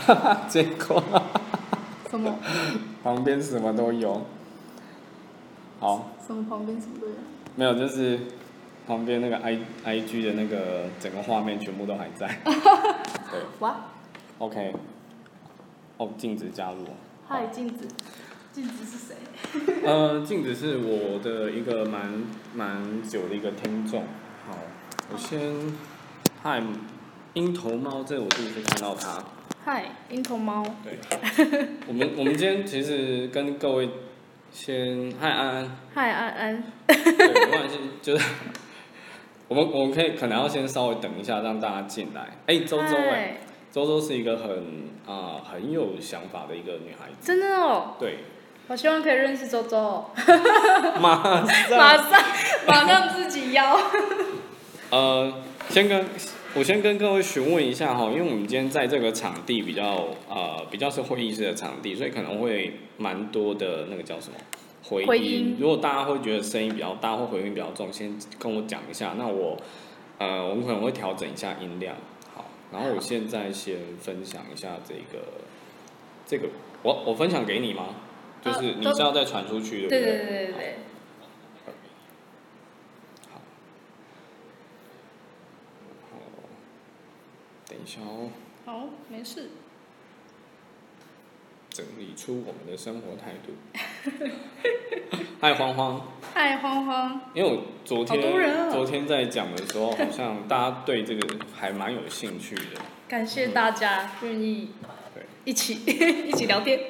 结果什么？ 旁边什么都有。好。 什么旁边什么都有？ 没有，就是旁边那个 IG 的那个整个画面全部都还在。对。 哇。 OK。哦，镜子加入。 嗨，镜子。镜子是谁？ 镜子是我的一个蛮久的一个听众。好，我先，嗨，鹰头猫，这我第一次看到他。 嗨，鹰头猫。 对。我们今天其实跟各位先嗨安安。 嗨安安。 对，没关系，就是我们可能要先稍微等一下，让大家进来。周周周周是一个很有想法的一个女孩子。 真的哦。 对。 我希望可以认识周周。 马上自己邀。 我先跟各位询问一下哈，因为我们今天在这个场地比较是会议室的场地，所以可能会蛮多的那个叫什么回音。如果大家会觉得声音比较大或回音比较重，先跟我讲一下，那我们可能会调整一下音量。好，然后我现在先分享一下这个我分享给你吗？就是你是要再传出去，对不对？ 对。 好，等一下哦。 好，没事。 整理出我们的生活态度。嗨，慌慌。 嗨，慌慌。 因为我昨天天在讲的时候，好像大家对这个还蛮有兴趣的。 感谢大家愿意一起聊天。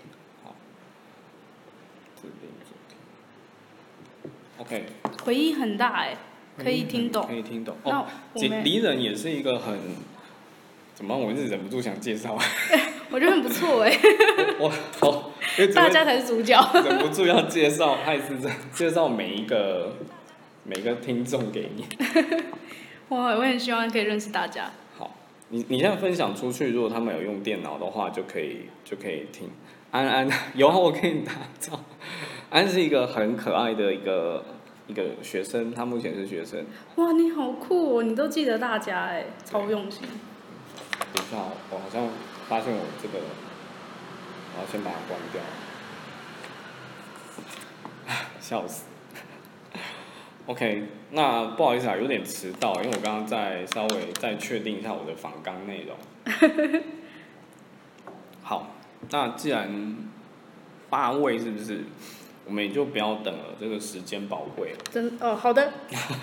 OK。 回音很大哎，可以听懂。 可以听懂。哦，离人也是一个很，怎么我一直忍不住想介绍。 我觉得很不错哎。 大家才是主角。 忍不住要介绍，还是介绍每一个听众给你。 我很希望可以认识大家。 好，你现在分享出去，如果他们有用电脑的话，就可以听。安安，有我给你打造。安是一个很可爱的一个学生，他目前是学生。 哇，你好酷哦！你都记得大家哎，超用心。 等一下，我好像发现我这个，我要先把它关掉。笑死。OK， 那不好意思啊，有点迟到，因为我刚刚稍微再确定一下我的访纲内容。好，那既然8位是不是？我们也就不要等了，这个时间宝贵了。 好的。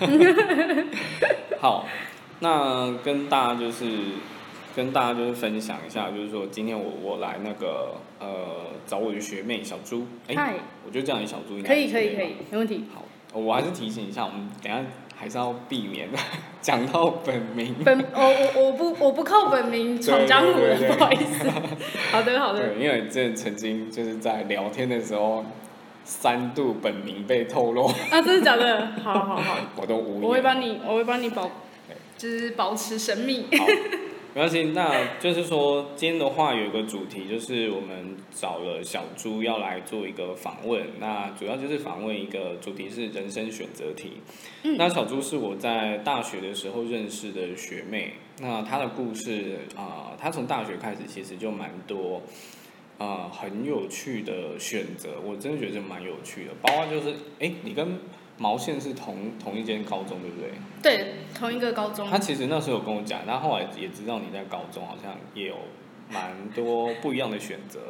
好，那跟大家就是分享一下，就是说今天我来那个找我的学妹小朱。 嗨。 我就叫你小朱应该。 可以，没问题。 好，我还是提醒一下，我们等一下还是要避免讲到本名。 我不靠本名闯江湖，不好意思。好的。 对，因为真的曾经就是在聊天的时候，3度本名被透露。 真的假的？好。 我都无言。 我会帮你就是保持神秘。 好，没关系。那就是说，今天的话有一个主题，就是我们找了小朱要来做一个访问。那主要就是访问一个主题是人生选择题。那小朱是我在大学的时候认识的学妹。那她的故事她从大学开始其实就蛮多很有趣的选择，我真的觉得蛮有趣的。包括就是你跟毛线是同一间高中对不对？ 对，同一个高中。 他其实那时候有跟我讲，他后来也知道你在高中好像也有蛮多不一样的选择。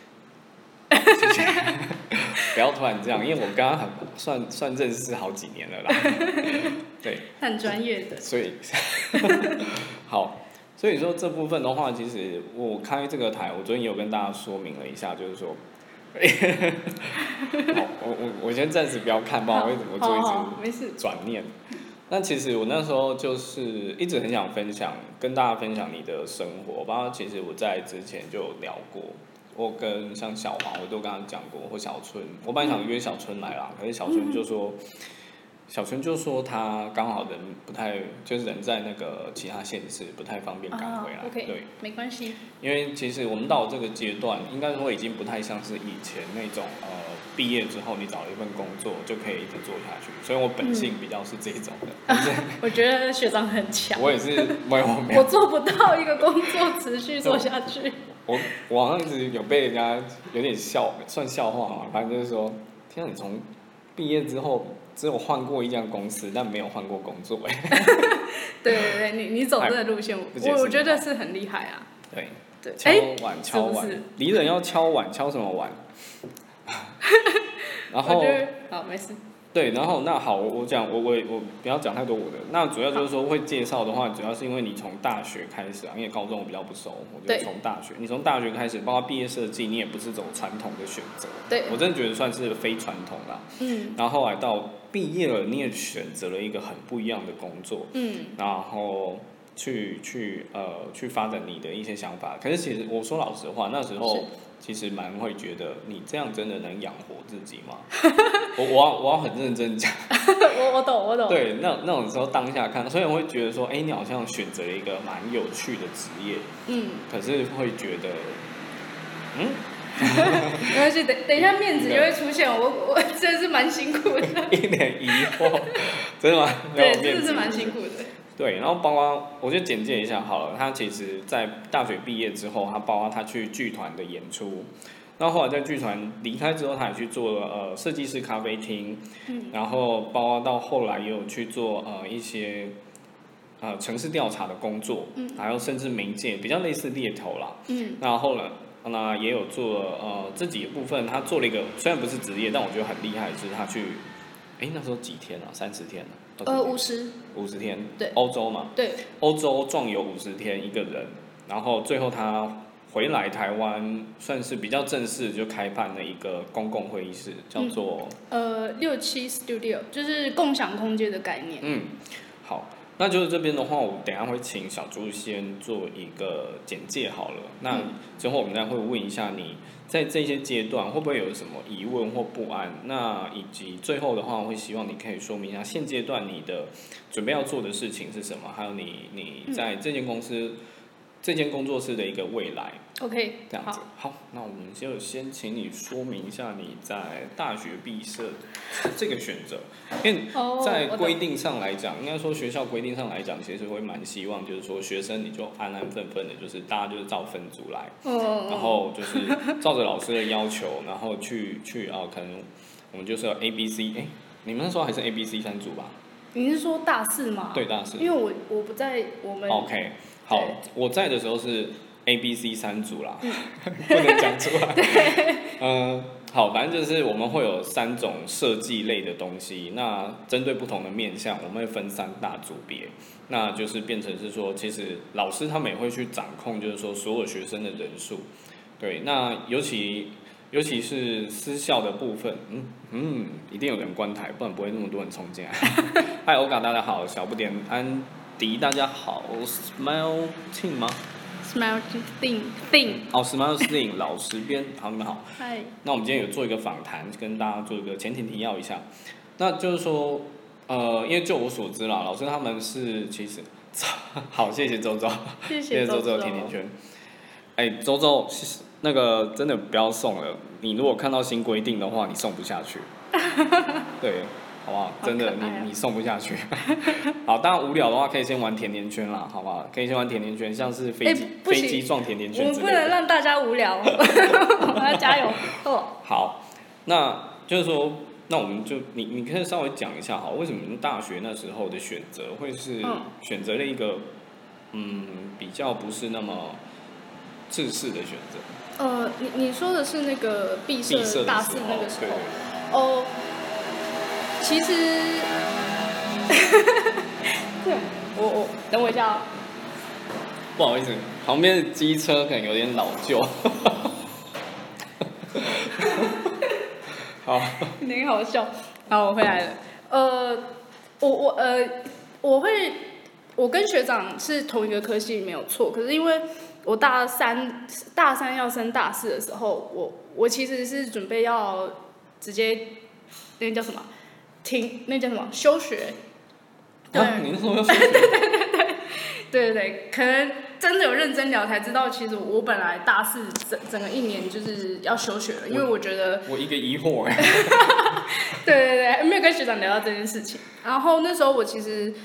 不要突然这样，因为我跟他算认识好几年了啦。对。 很专业的。 所以好，所以说这部分的话，其实我开这个台，我昨天有跟大家说明了一下，就是说。好，我先暂时不要看，不然我会怎么做一直转念。那其实我那时候就是一直很想跟大家分享你的生活，包括其实我在之前就有聊过，我跟像小黄我都跟他讲过，或小春，我本来想约小春来啦，可是小春就说他刚好人不太，就是人在那个其他县市，不太方便赶回来。 OK， 对， 没关系。 因为其实我们到这个阶段，应该说已经不太像是以前那种毕业之后你找了一份工作就可以一直做下去，所以我本性比较是这种的。 我觉得学长很强。 我也是，没有。 我做不到一个工作持续做下去。 我好像一直有被人家有点算笑话嘛，反正就是说，天啊，你从毕业之后只有换过一家公司，但没有换过工作对对对，你走这个路线，我觉得是很厉害啊。 对。 对， 敲碗，离人要敲碗，敲什么碗？然后， 好，没事。 对，然后那好，我不要讲太多我的。那主要就是说会介绍的话，主要是因为你从大学开始啊，因为高中我比较不熟，我就从大学。你从大学开始，包括毕业设计，你也不是走传统的选择。 对， 我真的觉得算是非传统啦。然后后来到毕业了，你也选择了一个很不一样的工作。然后。去发展你的一些想法，可是其实我说老实话，那时候其实蛮会觉得你这样真的能养活自己吗？我要很认真讲。 我懂。 对，那种时候当下看，所以我会觉得说，你好像选择了一个蛮有趣的职业。可是会觉得， 没关系，等一下面子就会出现，我真的是蛮辛苦的。 一脸疑惑，真的吗？ 对，真的是蛮辛苦的。 对，然后包括我就简介一下好了，他其实在大学毕业之后，他包括他去剧团的演出，那后来在剧团离开之后，他也去做了设计师咖啡厅，然后包括到后来也有去做一些城市调查的工作，还有甚至媒介比较类似猎头啦，那后来那也有做自己的部分，他做了一个虽然不是职业，但我觉得很厉害，是他去那时候几天啊？30天啊？50天， 对， 欧洲嘛， 对， 欧洲壮游50天一个人，然后最后他回来台湾，算是比较正式就开办了一个公共会议室，叫做 67 Studio， 就是共享空间的概念。 好，那就是这边的话，我等一下会请小猪先做一个简介好了，那之后我们再会问一下你。在这些阶段会不会有什么疑问或不安？那以及最后的话，我会希望你可以说明一下现阶段你的准备要做的事情是什么，还有你在这间公司、这间工作室的一个未来。 OK， 这样子。好，那我们就先请你说明一下你在大学毕设这个选择，因为在规定上来讲，应该说学校规定上来讲，其实会蛮希望就是说学生你就安安分分的，就是大家就是照分组来，然后就是照着老师的要求，然后去可能我们就是要 ABC， 你们那时候还是 ABC 3组吧？ 你是说大4吗？ 对，大4。 因为我不在我们。 OK， 好，我在的时候是。ABC 3组啦，不能讲出来。好，反正就是我们会有3种设计类的东西，那针对不同的面向，我们会分3大组别，那就是变成是说，其实老师他们也会去掌控，就是说所有学生的人数。对，那尤其是私校的部分，一定有人关台，不然不会那么多人冲进来。嗨，欧嘎，大家好，小不点安迪，大家好 ，Smile Team 吗 ？Smile Thing ，Smile Thing 老实编，好，你们好。 嗨。 那我们今天有做一个访谈，跟大家做一个前情提要一下。那就是说，因为就我所知啦，老师他们是其实，好，谢谢周周， 谢谢周周的甜甜圈。周周，那个真的不要送了，你如果看到新规定的话，你送不下去。对。好不好？真的，你送不下去。好，当然无聊的话，可以先玩甜甜圈啦，好不好？可以先玩甜甜圈，像是飞机撞甜甜圈之类的。 我们不能让大家无聊，我们要加油。 好，那就是说，那我们就你可以稍微讲一下，好，为什么你大学那时候的选择会是选择了一个比较不是那么制式的选择？ 你说的是那个毕设大4那个时候？哦。其实，我等我一下哦。 不好意思，旁边的机车可能有点老旧。好。 有点好笑。好，我回来了。我跟学长是同一个科系没有错，可是因为我大三要升大4的时候，我其实是准备要直接那个叫什么？那叫什么？休学。 对，你是说要休学？ 对，可能真的有认真聊才知道，其实我本来大4整个1年就是要休学了，因为我觉得我一个疑惑对，没有跟学长聊到这件事情。然后那时候我其实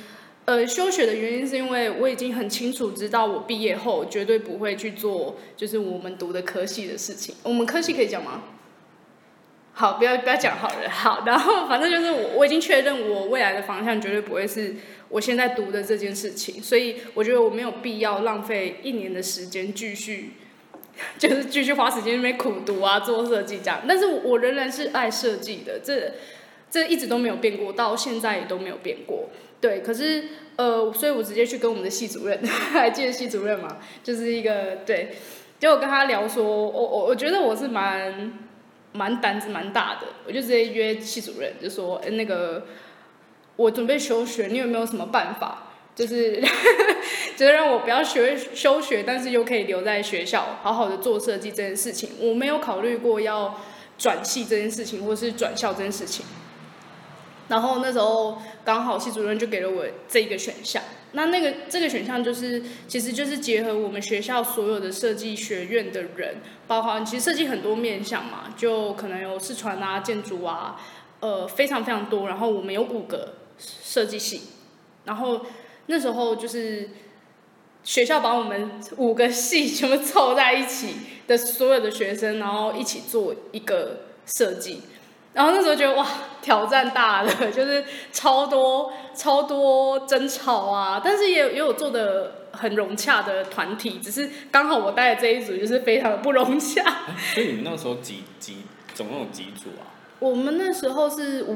休学的原因是因为我已经很清楚知道我毕业后绝对不会去做就是我们读的科系的事情。我们科系可以讲吗？好，不要讲好了。好，然后反正就是我已经确认我未来的方向绝对不会是我现在读的这件事情，所以我觉得我没有必要浪费1年的时间继续花时间那边苦读啊，做设计这样。但是我仍然是爱设计的，这一直都没有变过，到现在也都没有变过。对，可是所以我直接去跟我们的系主任，还记得系主任吗？就是一个对，结果跟他聊说，我觉得我是蛮胆子蛮大的，我就直接约系主任，就说，那个我准备休学，你有没有什么办法？就是就是让我不要休学，但是又可以留在学校好好的做设计这件事情。我没有考虑过要转系这件事情，或是转校这件事情。然后那时候刚好系主任就给了我这一个选项，这个选项其实就是结合我们学校所有的设计学院的人，包括其实设计很多面向嘛，就可能有视传啊、建筑啊，非常非常多。然后我们有5个设计系，然后那时候就是学校把我们5个系全部凑在一起的所有的学生，然后一起做一个设计。然后那时候觉得哇，挑战大了，就是超多争吵啊，但是也有做的很融洽的团体，只是刚好我带的这一组就是非常的不融洽。 所以你们那时候总共有几组啊？ 我们那时候是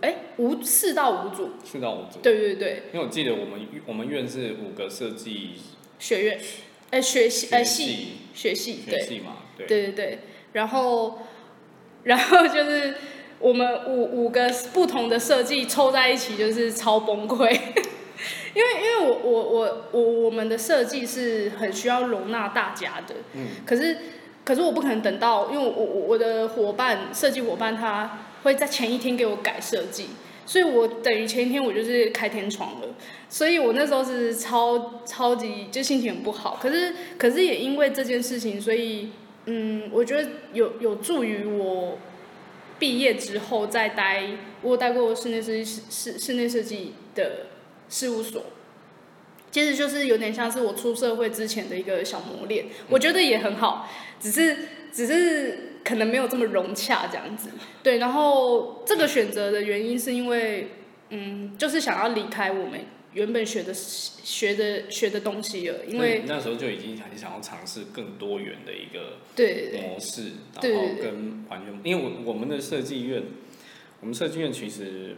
4到5组。 4到5组。 对对对。 因为我记得我们院是5个设计学院，学系嘛，对。 对对对，然后就是我们五个不同的设计凑在一起，就是超崩溃。因为我们的设计是很需要容纳大家的，可是我不可能等到，因为我的设计伙伴他会在前一天给我改设计，所以我等于前一天我就是开天窗了，所以我那时候是超级就心情很不好。可是也因为这件事情，所以我觉得有助于我毕业之后我有待过室内设计的事务所，其实就是有点像是我出社会之前的一个小磨练，我觉得也很好，只是可能没有这么融洽这样子。对，然后这个选择的原因是因为就是想要离开我们原本学的东西了，因为那时候就已经很想要尝试更多元的一个模式，然后跟完全，因为我们的设计院，其实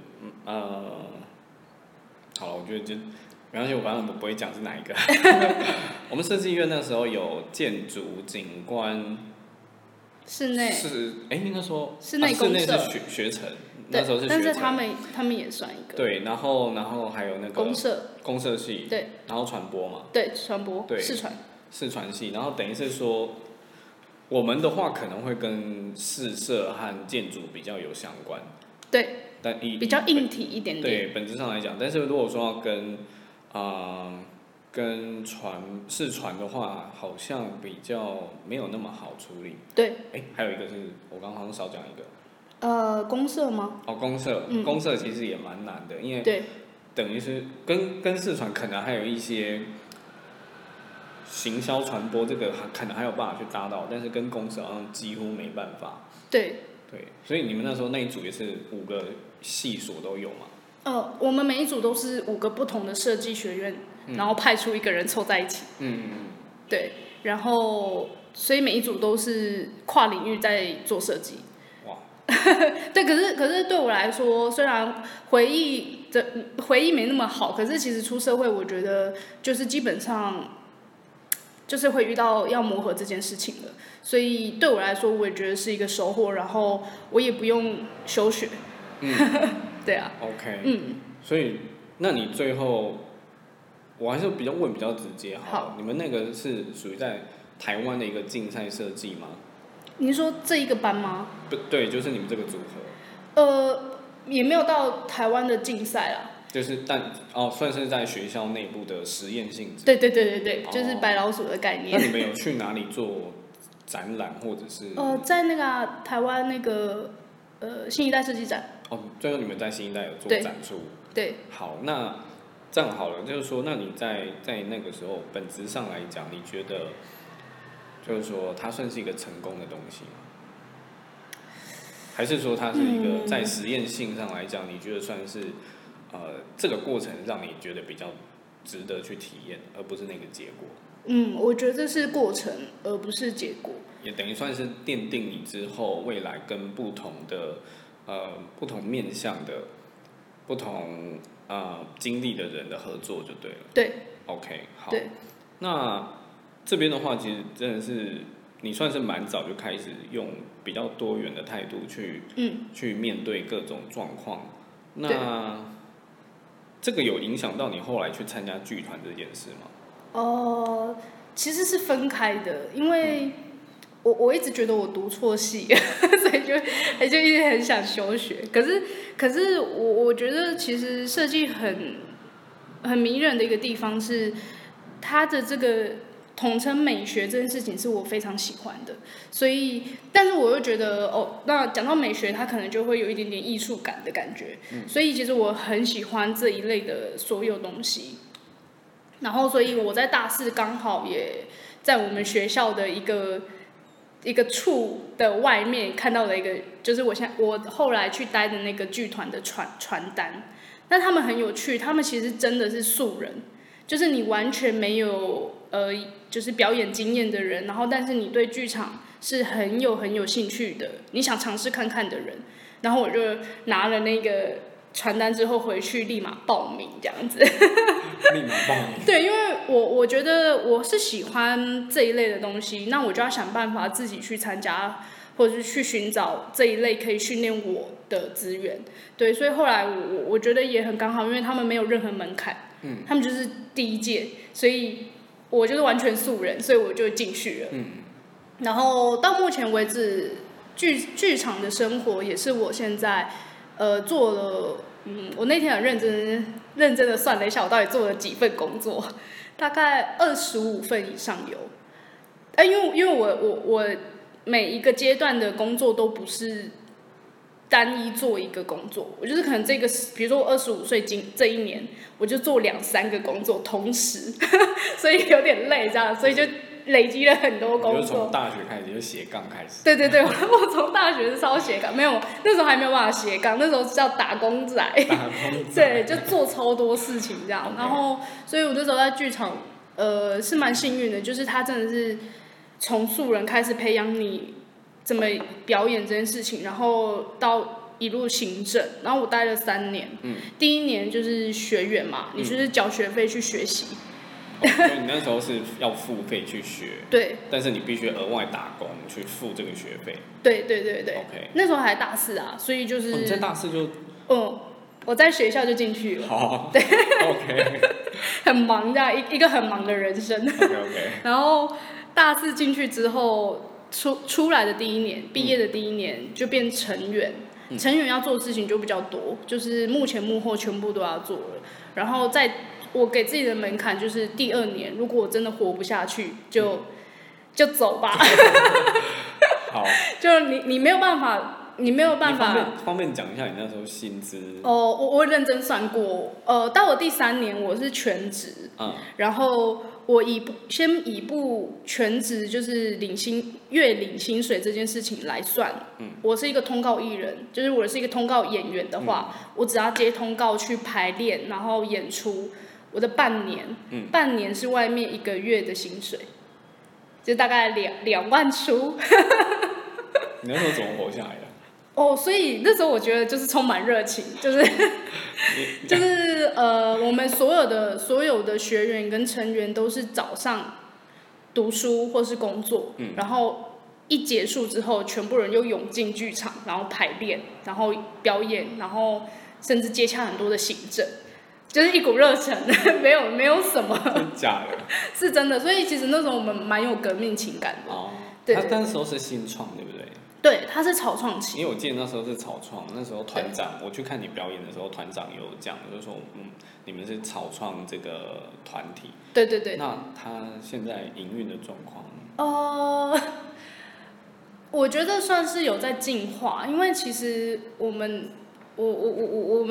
好了，我觉得就没关系，反正我不会讲是哪一个。我们设计院那时候有建筑、景观、 室内应该说室内公社是学程，那时候是学程， 但是他们也算一个。 对，然后还有那个公社系， 对， 然后传播嘛， 对，传播， 对，视传系，然后等于是说，我们的话可能会跟视设和建筑比较有相关， 对， 但比较硬体一点点， 对，本质上来讲，但是如果说要跟视传的话，好像比较没有那么好处理。 对， 还有一个是我刚刚好像少讲一个。 公社吗？ 公社其实也蛮难的，因为对， 等于是跟视传可能还有一些行销传播这个可能还有办法去搭到，但是跟公社好像几乎没办法。 对， 所以你们那时候那一组也是5个系所都有嘛？ 我们每一组都是5个不同的设计学院，然后派出一个人凑在一起。对，然后所以每一组都是跨领域在做设计。 哇。 对，可是对我来说，虽然回忆没那么好，可是其实出社会，我觉得就是基本上就是会遇到要磨合这件事情了，所以对我来说，我也觉得是一个收获，然后我也不用休学。对啊。 OK。所以那你最后，我还是比较直接好，你们那个是属于在台湾的一个竞赛设计吗？ 你是说这一个班吗？ 不对，就是你们这个组合。 也没有到台湾的竞赛啦。 就是算是在学校内部的实验性质。 对，就是白老鼠的概念。 那你们有去哪里做展览或者是？ 在那个台湾那个新一代设计展。 最后你们在新一代有做展出。 对。 好，那这样好了，就是说，那你在那个时候本质上来讲，你觉得就是说它算是一个成功的东西吗？还是说它是一个在实验性上来讲，你觉得算是这个过程让你觉得比较值得去体验，而不是那个结果？ 我觉得是过程，而不是结果。 也等于算是奠定你之后未来跟不同的不同面向的不同经历的人的合作就对了。 对。 OK， 好。 对。 那这边的话，其实真的是你算是蛮早就开始用比较多元的态度去面对各种状况。那这个有影响到你后来去参加剧团这件事吗？ 其实是分开的，因为我一直觉得我读错系，所以就一直很想休学。可是我觉得其实设计很迷人的一个地方是它的这个统称美学这件事情是我非常喜欢的，所以但是我又觉得那讲到美学，它可能就会有一点点艺术感的感觉，所以其实我很喜欢这一类的所有东西。然后，所以我在大四刚好也在我们学校的一个处的外面看到了一个，就是我后来去待的那个剧团的传单。那他们很有趣，他们其实真的是素人，就是你完全没有就是表演经验的人，然后但是你对剧场是很有兴趣的，你想尝试看看的人。然后我就拿了那个传单之后回去立马报名这样子。 立马报名。 对，因为我觉得我是喜欢这一类的东西，那我就要想办法自己去参加，或者是去寻找这一类可以训练我的资源。对，所以后来我觉得也很刚好，因为他们没有任何门槛，他们就是第一届，所以我就是完全素人，所以我就进去了。然后到目前为止，剧场的生活也是我现在做了。我那天很认真的算了一下，我到底做了几份工作，大概25份以上有。因为我每一个阶段的工作都不是单一做一个工作，我就是可能这个，比如说我25岁这一年，我就做2-3个工作同时，所以有点累这样，所以就累积了很多工作。 就从大学开始就斜杠开始。 对，我从大学是超斜杠，没有，那时候还没有办法斜杠，那时候叫打工仔。 打工仔。 对，就做超多事情这样。然后，所以我那时候在剧场，是蛮幸运的，就是他真的是从素人开始培养你怎么表演这件事情，然后到一路行政，然后我待了3年。第1年就是学员嘛，你就是缴学费去学习。 所以你那时候是要付费去学， 对， 但是你必须额外打工去付这个学费。 对。 OK， 那时候还大4啊，所以就是。 你在大4就。 我在学校就进去了。 好。 对。 OK。 很忙这样一个很忙的人生。 OK。 然后大4进去之后，出来的第1年，毕业的第1年就变成员。成员要做的事情就比较多，就是幕前幕后全部都要做了。然后我给自己的门槛就是第2年，如果我真的活不下去，就走吧。 好。 就你没有办法，你没有办法。 方便讲一下你那时候薪资？ 我认真算过，到我第3年我是全职，然后我先以部全职就是月领薪水这件事情来算，我是一个通告艺人，就是我是一个通告演员的话，我只要接通告去排练，然后演出，我的半年是外面1个月的薪水，就大概2万出。 你那时候怎么活下来的？ 所以那时候我觉得就是充满热情，就是我们所有的学员跟成员都是早上读书或是工作，然后一结束之后，全部人又涌进剧场，然后排练，然后表演，然后甚至接洽很多的行政，就是一股热忱，没有什么。 真假的？ 是真的，所以其实那时候我们蛮有革命情感的。对。 他那时候是新创，对不对？ 对，他是草创期。 因为我记得那时候是草创，那时候团长，我去看你表演的时候，团长有讲，就是说，你们是草创这个团体。 对。 那他现在营运的状况？ 我觉得算是有在进化，因为其实我们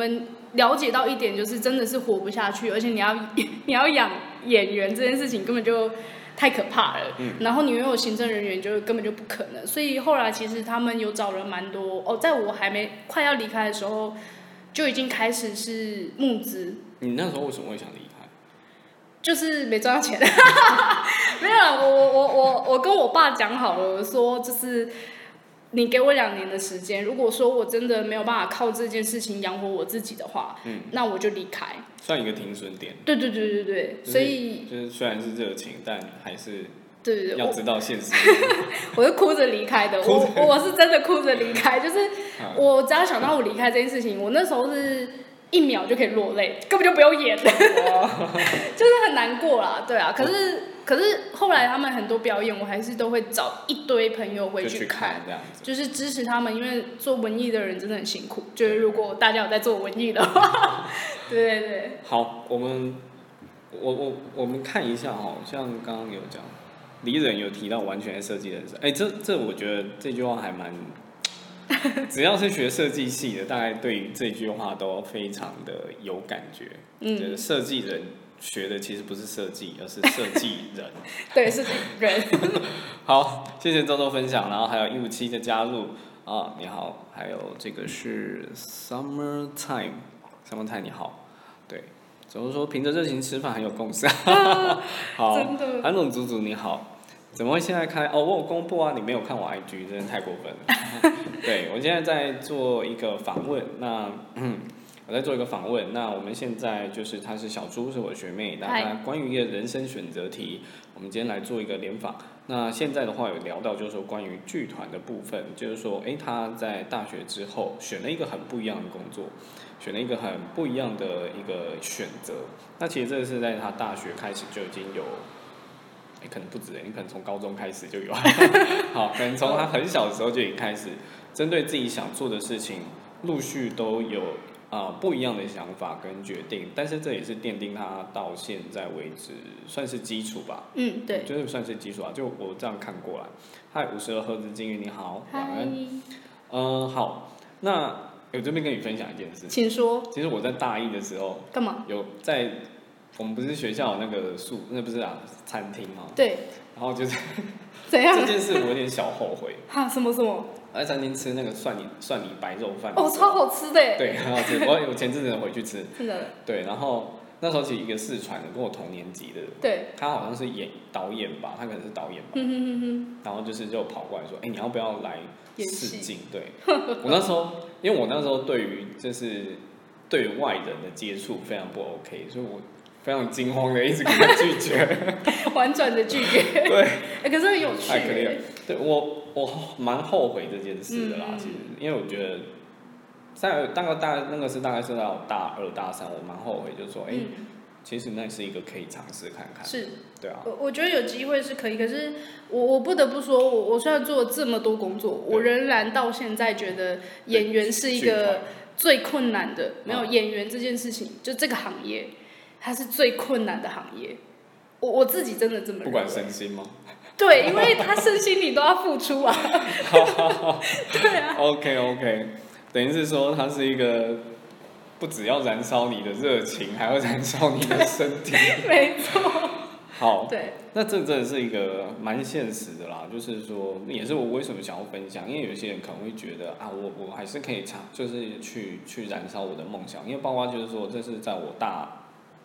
了解到一点，就是真的是活不下去，而且你要养演员这件事情根本就太可怕了。然后你又有行政人员，就根本就不可能。所以后来其实他们有找人蛮多哦，在我还没快要离开的时候，就已经开始是募资。 你那时候为什么会想离开？ 就是没赚到钱。没有啦，我跟我爸讲好了，说就是你给我2年的时间，如果说我真的没有办法靠这件事情养活我自己的话，那我就离开， 算一个停损点。 对，所以就是虽然是热情，但还是对要知道现实。 我是哭着离开的，我是真的哭着离开，就是我只要想到我离开这件事情，我那时候是1秒就可以落泪，根本就不用演，就是很难过啦，对啊。可是后来他们很多表演，我还是都会找一堆朋友回去看， 这样子， 就是支持他们，因为做文艺的人真的很辛苦。就是如果大家有在做文艺的话，对。 好，我们看一下像刚刚有讲，李忍有提到完全设计人生，这我觉得这句话还蛮。只要是学设计系的，大概对于这句话都非常的有感觉。就是设计人学的其实不是设计，而是设计人。 对，是人。 好，谢谢周周分享，然后还有157的加入啊，你好，还有这个是 Summertime 你好，对，怎么说凭着热情吃饭很有共识。好，韩总祖祖你好。怎么会现在开？我有公布啊，你没有看我 IG， 真的太过分了。对，我现在在做一个访问，我在做一个访问。那我们现在就是她是小猪，是我的学妹，大家关于一个人生选择题，我们今天来做一个联访。那现在的话有聊到就是说关于剧团的部分，就是说，她在大学之后选了一个很不一样的工作，选了一个很不一样的一个选择。那其实这个是在她大学开始就已经有。可能不止，你可能从高中开始就有。好，可能从他很小的时候就已经开始，针对自己想做的事情，陆续都有不一样的想法跟决定。但是这也是奠定他到现在为止算是基础吧。 对， 就是算是基础啊。就我这样看过来。嗨，52赫兹金鱼你好，晚安。好，那我这边跟你分享一件事。 请说。 其实我在大一的时候， 干嘛？ 有在。我们不是学校有那个那不是餐厅吗？ 对。 然后就是怎样？ 这件事我有点小后悔。 哈？什么？我在餐厅吃那个蒜泥白肉饭。 超好吃的。 对，很好吃。我前阵子回去吃。 真的。 对，然后那时候其实一个四川的，跟我同年级的。 对。 他好像是导演吧，他可能是导演吧。然后就跑过来说：“你要不要来试镜？”对。我那时候，因为我那时候对于就是对外人的接触非常不 OK， 所以我。非常惊慌的，一直跟他拒绝， 婉转的拒绝。 对， 可是很有趣。 太可怜了。对我蛮后悔这件事的啦，其实，因为我觉得那个是大概是到大2、大3，我蛮后悔，就是说，其实那是一个可以尝试看看。 是， 对啊。 我觉得有机会是可以，可是我不得不说，我虽然做了这么多工作，我仍然到现在觉得演员是一个最困难的。没有演员这件事情，就这个行业。它是最困难的行业，我自己真的这么认为。 不管身心吗？ 对，因为他身心你都要付出啊。对啊。 OK， 等于是说它是一个不只要燃烧你的热情，还要燃烧你的身体。 没错。 好。 对。 那这真的是一个蛮现实的啦，就是说，也是我为什么想要分享，因为有些人可能会觉得我还是可以就是去燃烧我的梦想，因为包括就是说，这是在我大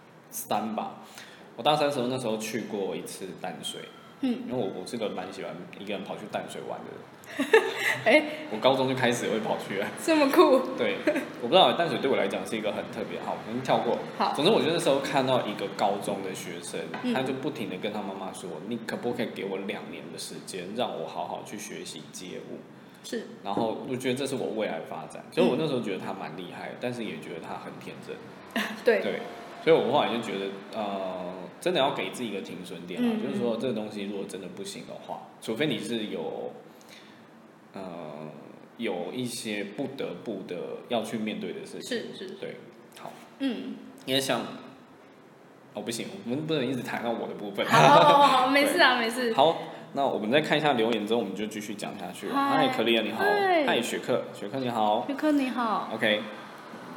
3吧，我大3的时候，那时候去过一次淡水，因为我是个蛮喜欢一个人跑去淡水玩的人。我高中就开始会跑去了。 这么酷。 对，我不知道淡水对我来讲是一个很特别。好，我们跳过。 好。 总之，我就那时候看到一个高中的学生，他就不停的跟他妈妈说：“你可不可以给我2年的时间，让我好好去学习街舞？” 是。 然后我觉得这是我未来发展，所以我那时候觉得他蛮厉害，但是也觉得他很天真。 对。 所以我后来就觉得，真的要给自己一个停损点啊，就是说这个东西如果真的不行的话，除非你是有一些不得不的要去面对的事情。 是。 对。好。因为像，不行，我们不能一直谈到我的部分。 好，没事啊，没事。 好，那我们再看一下留言之后，我们就继续讲下去。嗨，可丽亚你好。嗨，雪克你好。 雪克你好。 OK。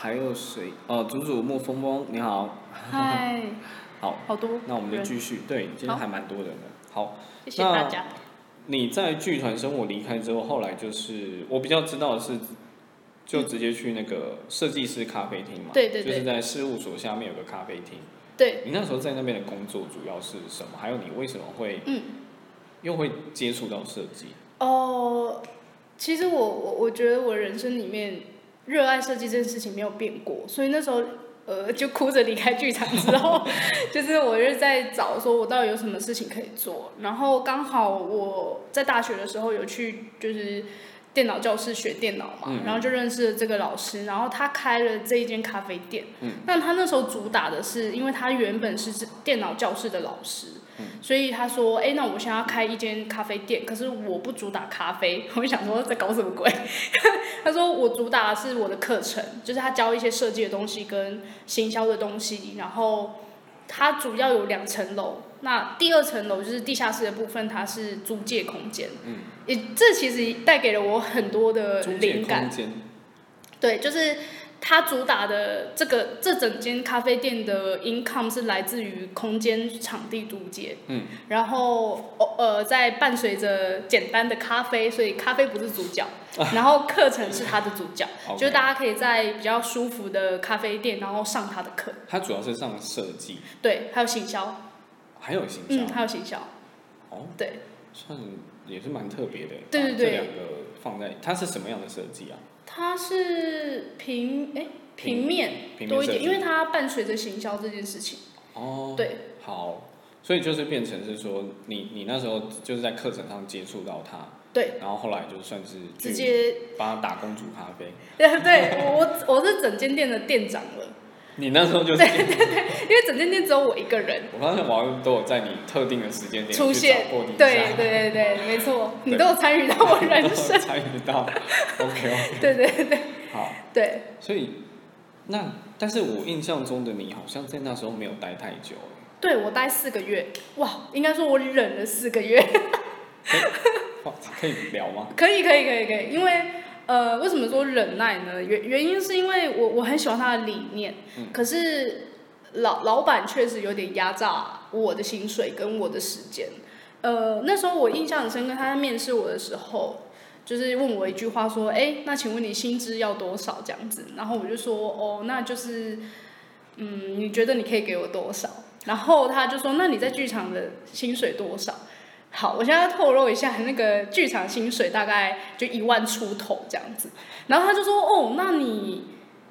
还有谁？祖祖莫风风，你好。 嗨。 好多。 那我们就继续。对，今天还蛮多人的。好， 谢谢大家。 你在剧团生活离开之后，后来就是我比较知道的是，就直接去那个设计师咖啡厅嘛。 对， 就是在事务所下面有个咖啡厅。 对。 你那时候在那边的工作主要是什么？还有你为什么会又会接触到设计？ 其实我觉得我人生里面热爱设计这件事情没有变过，所以那时候就哭着离开剧场之后，就是我是在找说我到底有什么事情可以做，然后刚好我在大学的时候有去就是电脑教室学电脑嘛，然后就认识了这个老师，然后他开了这一间咖啡店。但他那时候主打的是，因为他原本是电脑教室的老师，所以他说，那我现在要开一间咖啡店，可是我不主打咖啡。我就想说在搞什么鬼？他说我主打的是我的课程，就是他教一些设计的东西跟行销的东西，然后它主要有2层楼。那第2层楼就是地下室的部分，它是租借空间。这其实带给了我很多的灵感。对，就是它主打的这整间咖啡店的 income 是来自于空间场地租借。然后在伴随着简单的咖啡，所以咖啡不是主角，然后课程是它的主角，就是大家可以在比较舒服的咖啡店，然后上它的课。 它主要是上设计。 对，还有行销。 还有行销。 还有行销。对。 算也是蛮特别的。 对。 这2个放在，它是什么样的设计啊？ 它是平面多一点，因为它伴随着行销这件事情。对。 好，所以就是变成是说，你那时候就是在课程上接触到它。 对。 然后后来就算是直接帮他打工煮咖啡。 对，我是整间店的店长了。 你那时候就是对，因为整间店只有我一个人。 我发现网友都有在你特定的时间点出现。对，没错，你都有参与到我人生。 参与到 ，OK。 对。 好。 对。 所以但是我印象中的你好像在那时候没有待太久。 对，我待4个月。哇，应该说我忍了4个月。 可以聊吗？ 可以，因为为什么说忍耐呢？原因是因为我很喜欢他的理念，可是老板确实有点压榨我的薪水跟我的时间。那时候我印象很深刻，他在面试我的时候，就是问我一句话说，那请问你薪资要多少这样子？然后我就说，那就是你觉得你可以给我多少？然后他就说，那你在剧场的薪水多少？好，我现在要透露一下，那个剧场薪水大概就1万出头这样子。然后他就说，那你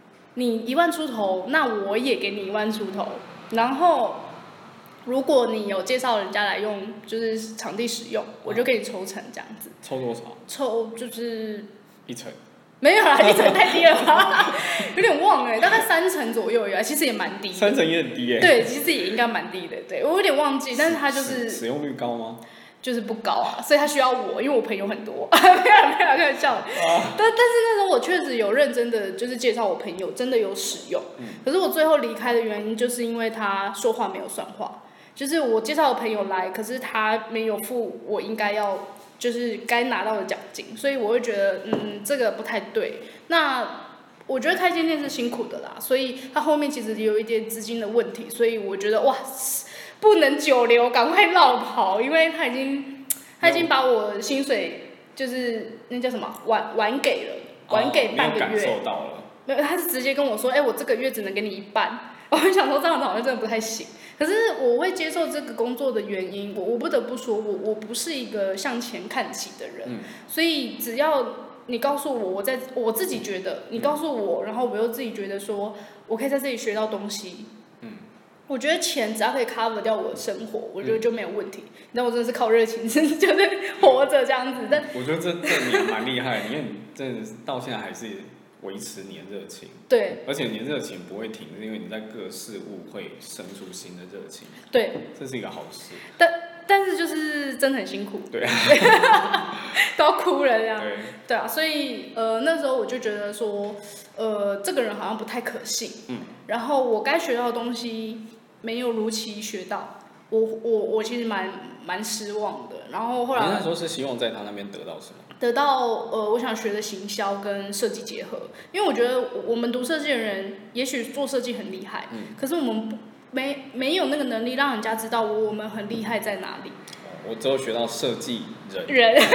1万出头，那我也给你1万出头。然后如果你有介绍人家来用，就是场地使用，我就给你抽成这样子。 抽多少？ 抽就是 1成。 没有啦，1成太低了吧，有点忘了，大概3成左右其实也蛮低的。 3成也很低对，其实也应该蛮低的。对，我有点忘记，但是他就是使用率高吗？ 就是不高啊，所以他需要我，因为我朋友很多，没有开玩笑的。但是那时候我确实有认真的就是介绍我朋友，真的有使用。可是我最后离开的原因就是因为他说话没有算话，就是我介绍的朋友来，可是他没有付我应该要就是该拿到的奖金，所以我会觉得这个不太对。那我觉得开间店是辛苦的啦，所以他后面其实有一点资金的问题，所以我觉得哇，不能久留，赶快绕跑，因为他已经把我薪水就是那叫什么晚给了，晚给半个月。 感受到了。 没有，他是直接跟我说，我这个月只能给你1半。我很想说这样子好像真的不太行，可是我会接受这个工作的原因，我不得不说，我不是一个向前看齐的人，所以只要你告诉我，我自己觉得，你告诉我，然后我又自己觉得说我可以在这里学到东西。我觉得钱只要可以 cover 掉我的生活，我觉得就没有问题。但我真的是靠热情，就是活着这样子。但我觉得这你还蛮厉害的，因为你真的是到现在还是维持你的热情。 对。而且你的热情不会停，是因为你在各事物会生出新的热情。 对。这是一个好事。 但是就是真的很辛苦。 对啊。 都要哭了这样。 对啊，所以那时候我就觉得说，这个人好像不太可信。然后我该学到的东西没有如期学到，我其实蛮失望的。 然后后来你那时候是希望在他那边得到什么？ 得到我想学的行销跟设计结合，因为我觉得我们读设计的人，也许做设计很厉害，可是我们没有那个能力让人家知道我们很厉害在哪里。 我只有学到设计人，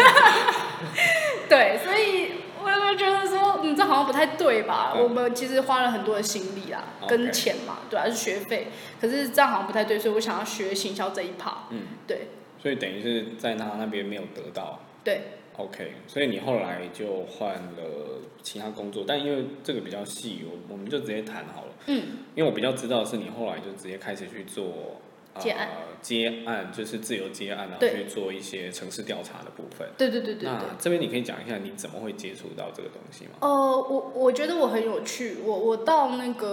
对，所以我就觉得说，这好像不太对吧？我们其实花了很多的心力啦，跟钱嘛，对啊，是学费，可是这样好像不太对，所以我想要学行销这一趴，对。 所以等于是在他那边没有得到， 对。 OK， 所以你后来就换了其他工作，但因为这个比较细，我们就直接谈好了。因为我比较知道的是你后来就直接开始去做接案就是自由接案，然后去做一些城市调查的部分。 对。 那这边你可以讲一下你怎么会接触到这个东西吗？ 我觉得我很有趣，我到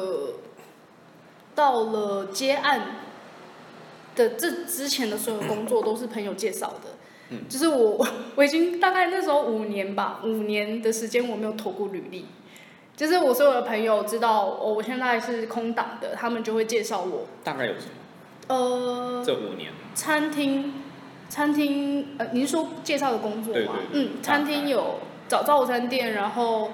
了接案的这之前的所有工作都是朋友介绍的。就是我已经大概那时候5年的时间我没有投过履历，就是我所有的朋友知道我现在是空档的，他们就会介绍我。 大概有什么？这5年。餐厅，您是说介绍的工作吗？ 对。 餐厅有早午餐店，然后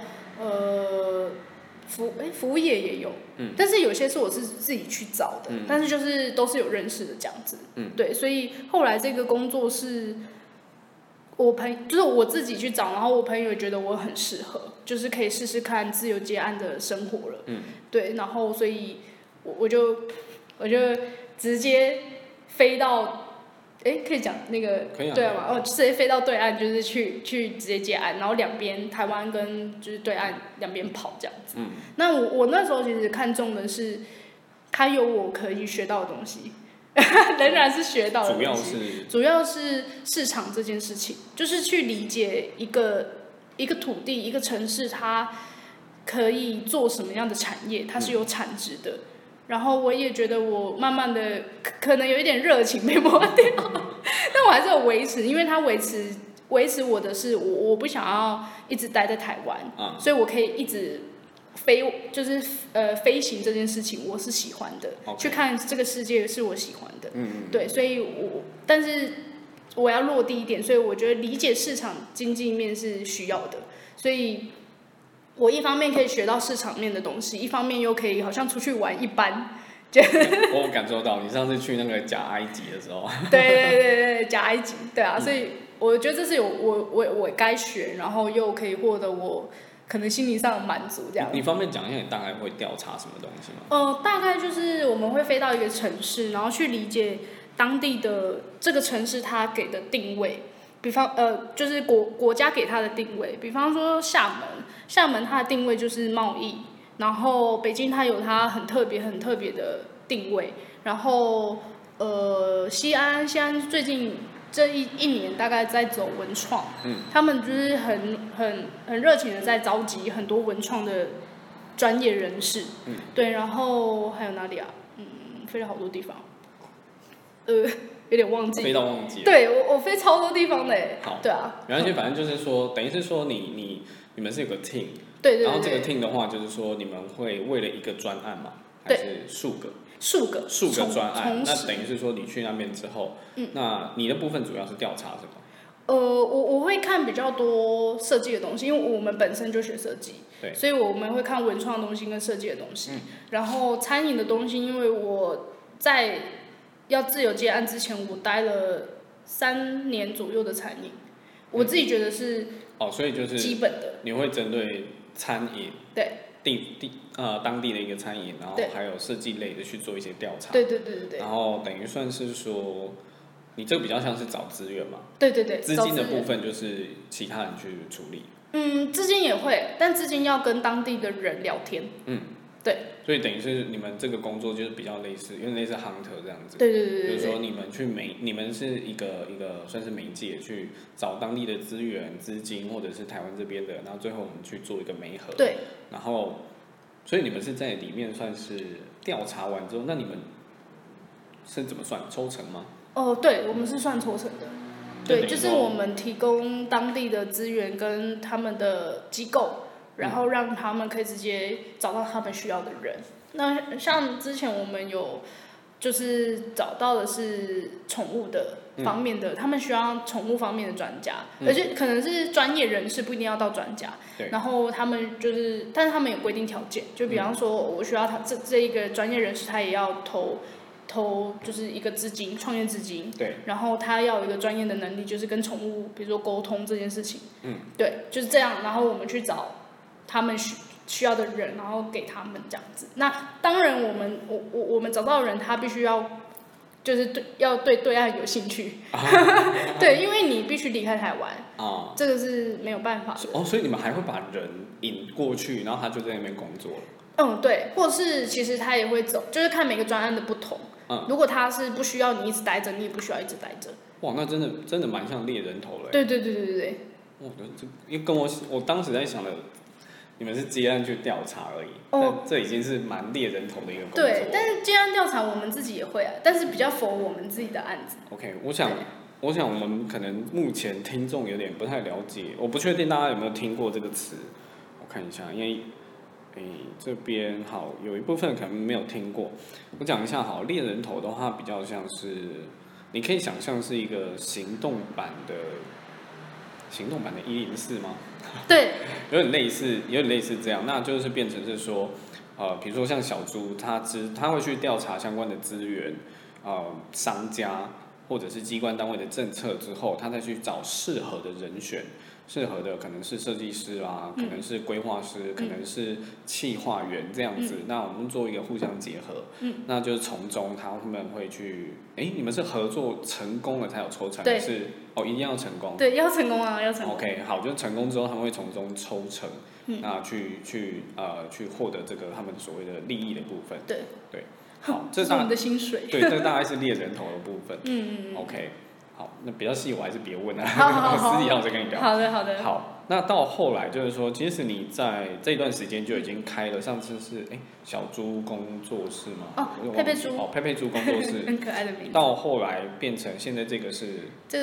服务业也有，但是有些是我是自己去找的，但是就是都是有认识的这样子，对，所以后来这个工作是就是我自己去找，然后我朋友也觉得我很适合，就是可以试试看自由接案的生活了，对，然后所以我就直接飞到。可以讲那个对岸嘛？直接飞到对岸，就是去直接接案，然后两边台湾跟就是对岸两边跑这样子。那我那时候其实看中的是，它有我可以学到的东西，仍然是学到的东西。主要是市场这件事情，就是去理解一个土地、一个城市，它可以做什么样的产业，它是有产值的。然后我也觉得我慢慢的可能有一点热情被磨掉，但我还是有维持，因为它维持我的是我不想要一直待在台湾，所以我可以一直就是飞行这件事情我是喜欢的，去看这个世界是我喜欢的，对，所以但是我要落地一点，所以我觉得理解市场经济面是需要的，所以。我一方面可以学到市场面的东西，一方面又可以好像出去玩一般。 我有感受到，你上次去那个假埃及的时候。 对，假埃及，对啊，所以我觉得这是有我该学，然后又可以获得我可能心理上的满足这样。 你方便讲一下你大概会调查什么东西吗？ 大概就是我们会飞到一个城市，然后去理解当地的这个城市它给的定位。比方就是国家给它的定位，比方说厦门它的定位就是贸易，然后北京它有它很特别的定位，然后西安最近这一年大概在走文创，他们就是很热情的在召集很多文创的专业人士，对，然后还有哪里啊？飞了好多地方，有点忘记， 飞到忘记了。 对，我飞超多地方的耶。 好， 对啊， 没关系，反正就是说，等于是说你们是有个 team， 对， 然后这个 team 的话，就是说你们会为了一个专案嘛，还是数个专案？那等于是说你去那边之后，那你的部分主要是调查什么？ 我会看比较多设计的东西，因为我们本身就学设计， 对， 所以我们会看文创的东西跟设计的东西。然后餐饮的东西，因为我在要自由接案之前，我待了3年左右的餐饮，我自己觉得是所以就是基本的。 你会针对餐饮对当地的一个餐饮，然后还有设计类的去做一些调查。 对。 然后等于算是说，你这个比较像是找资源嘛？ 对。 资金的部分就是其他人去处理。 资金也会，但资金要跟当地的人聊天。对。 所以等于是你们这个工作就是比较类似，因为类似 hunter 这样子。 对。 就是说你们是一个算是媒介，去找当地的资源、资金，或者是台湾这边的，然后最后我们去做一个媒合。 对。 然后，所以你们是在里面算是调查完之后，那你们是怎么算抽成吗？ 对，我们是算抽成的。对，就是我们提供当地的资源跟他们的机构。然后让他们可以直接找到他们需要的人。那像之前我们有就是找到的是宠物的方面的，他们需要宠物方面的专家，而且可能是专业人士，不一定要到专家。然后他们就是，但是他们有规定条件，就比方说，我需要他这一个专业人士，他也要投就是一个资金，创业资金。 对。 然后他要有一个专业的能力，就是跟宠物，比如说沟通这件事情。对，就是这样。然后我们去找他们需要的人，然后给他们这样子。那当然我们找到的人，他必须要就是要对岸有兴趣。对，因为你必须离开台湾。这个是没有办法的。 所以你们还会把人引过去，然后他就在那边工作了。 对，或是其实他也会走，就是看每个专案的不同。如果他是不需要你一直待着，你也不需要一直待着。 哇，那真的蛮像猎人头了。 对。 因为跟我当时在想的，你们是接案去调查而已，但这已经是蛮猎人头的一个工作。 对，但是接案调查我们自己也会啊，但是比较符合我们自己的案子。 OK， 我想我们可能目前听众有点不太了解，我不确定大家有没有听过这个词，我看一下，因为这边好有一部分可能没有听过，我讲一下好，猎人头的话比较像是，你可以想象是一个行动版的104吗？ 对， 有点类似这样，那就是变成是说，比如说像小猪，他会去调查相关的资源，商家或者是机关单位的政策之后，他再去找适合的人选。适合的可能是设计师啊，可能是规划师，可能是企划员这样子。那我们做一个互相结合，那就是从中他们会去，你们是合作成功了才有抽成，还是一定要成功？ 对，要成功啊，要成功。 OK， 好，就是成功之后他们会从中抽成，那去获得这个他们所谓的利益的部分。 对。 好， 这是我们的薪水。 对，这大概是猎人头的部分。OK。好，那比较细我还是别问了，我私底下我再跟你聊。 好的。 好，那到后来就是说，其实你在这段时间就已经开了，上次是小猪工作室吗？ 佩佩猪。 佩佩猪工作室， 很可爱的名字。 到后来变成现在这个是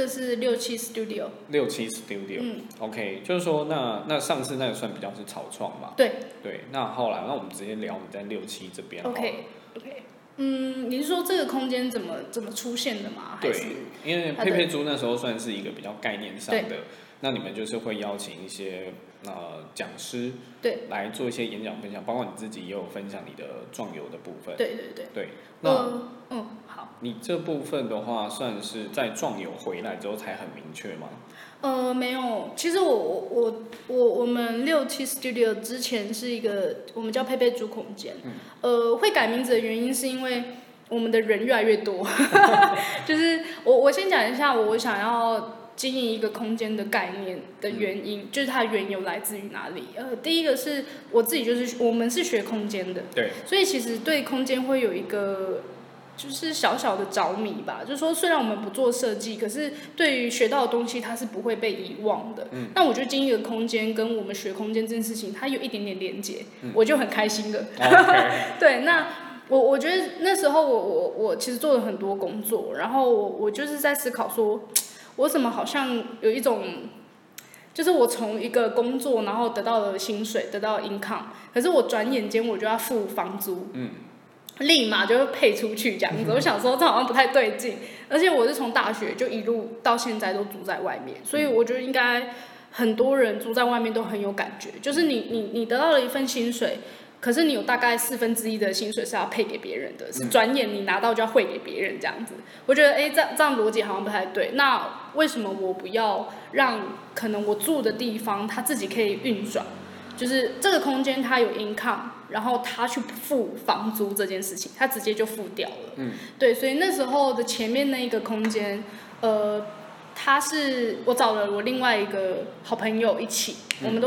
67 Studio。 67 Studio。OK， 就是说那上次那个算比较是草创吧？ 对。 那后来我们直接聊你在67这边。 OK。你是说这个空间怎么出现的吗？ 对，因为佩佩猪那时候算是一个比较概念上的，那你们就是会邀请一些讲师， 对， 来做一些演讲分享，包括你自己也有分享你的壮游的部分。 对。好。 你这部分的话，算是在壮游回来之后才很明确吗？ 没有，其实我们67 Studio 之前是一个我们叫佩佩猪空间，会改名字的原因是因为我们的人越来越多，就是我先讲一下我想要经营一个空间的概念的原因，就是它缘由来自于哪里。第一个是我自己我们是学空间的， 对， 所以其实对空间会有一个。就是小小的着迷吧，就是说虽然我们不做设计，可是对于学到的东西它是不会被遗忘的。那我觉得经营一个空间跟我们学空间这件事情，它有一点点连结，我就很开心了。对，那我觉得那时候我其实做了很多工作，然后我就是在思考说，我怎么好像有一种。就是我从一个工作，然后得到了薪水，得到了 income， 可是我转眼间我就要付房租。立马就会配出去这样子，我想说这好像不太对劲，而且我是从大学就一路到现在都住在外面，所以我觉得应该很多人住在外面都很有感觉，就是你得到了一份薪水，可是你有大概1/4的薪水是要配给别人的，是转眼你拿到就要汇给别人这样子，我觉得这样逻辑好像不太对，那为什么我不要让可能我住的地方它自己可以运转？就是这个空间它有 income， 然后他去付房租这件事情，他直接就付掉了。对，所以那时候的前面那一个空间，我找了我另外一个好朋友一起，我们都。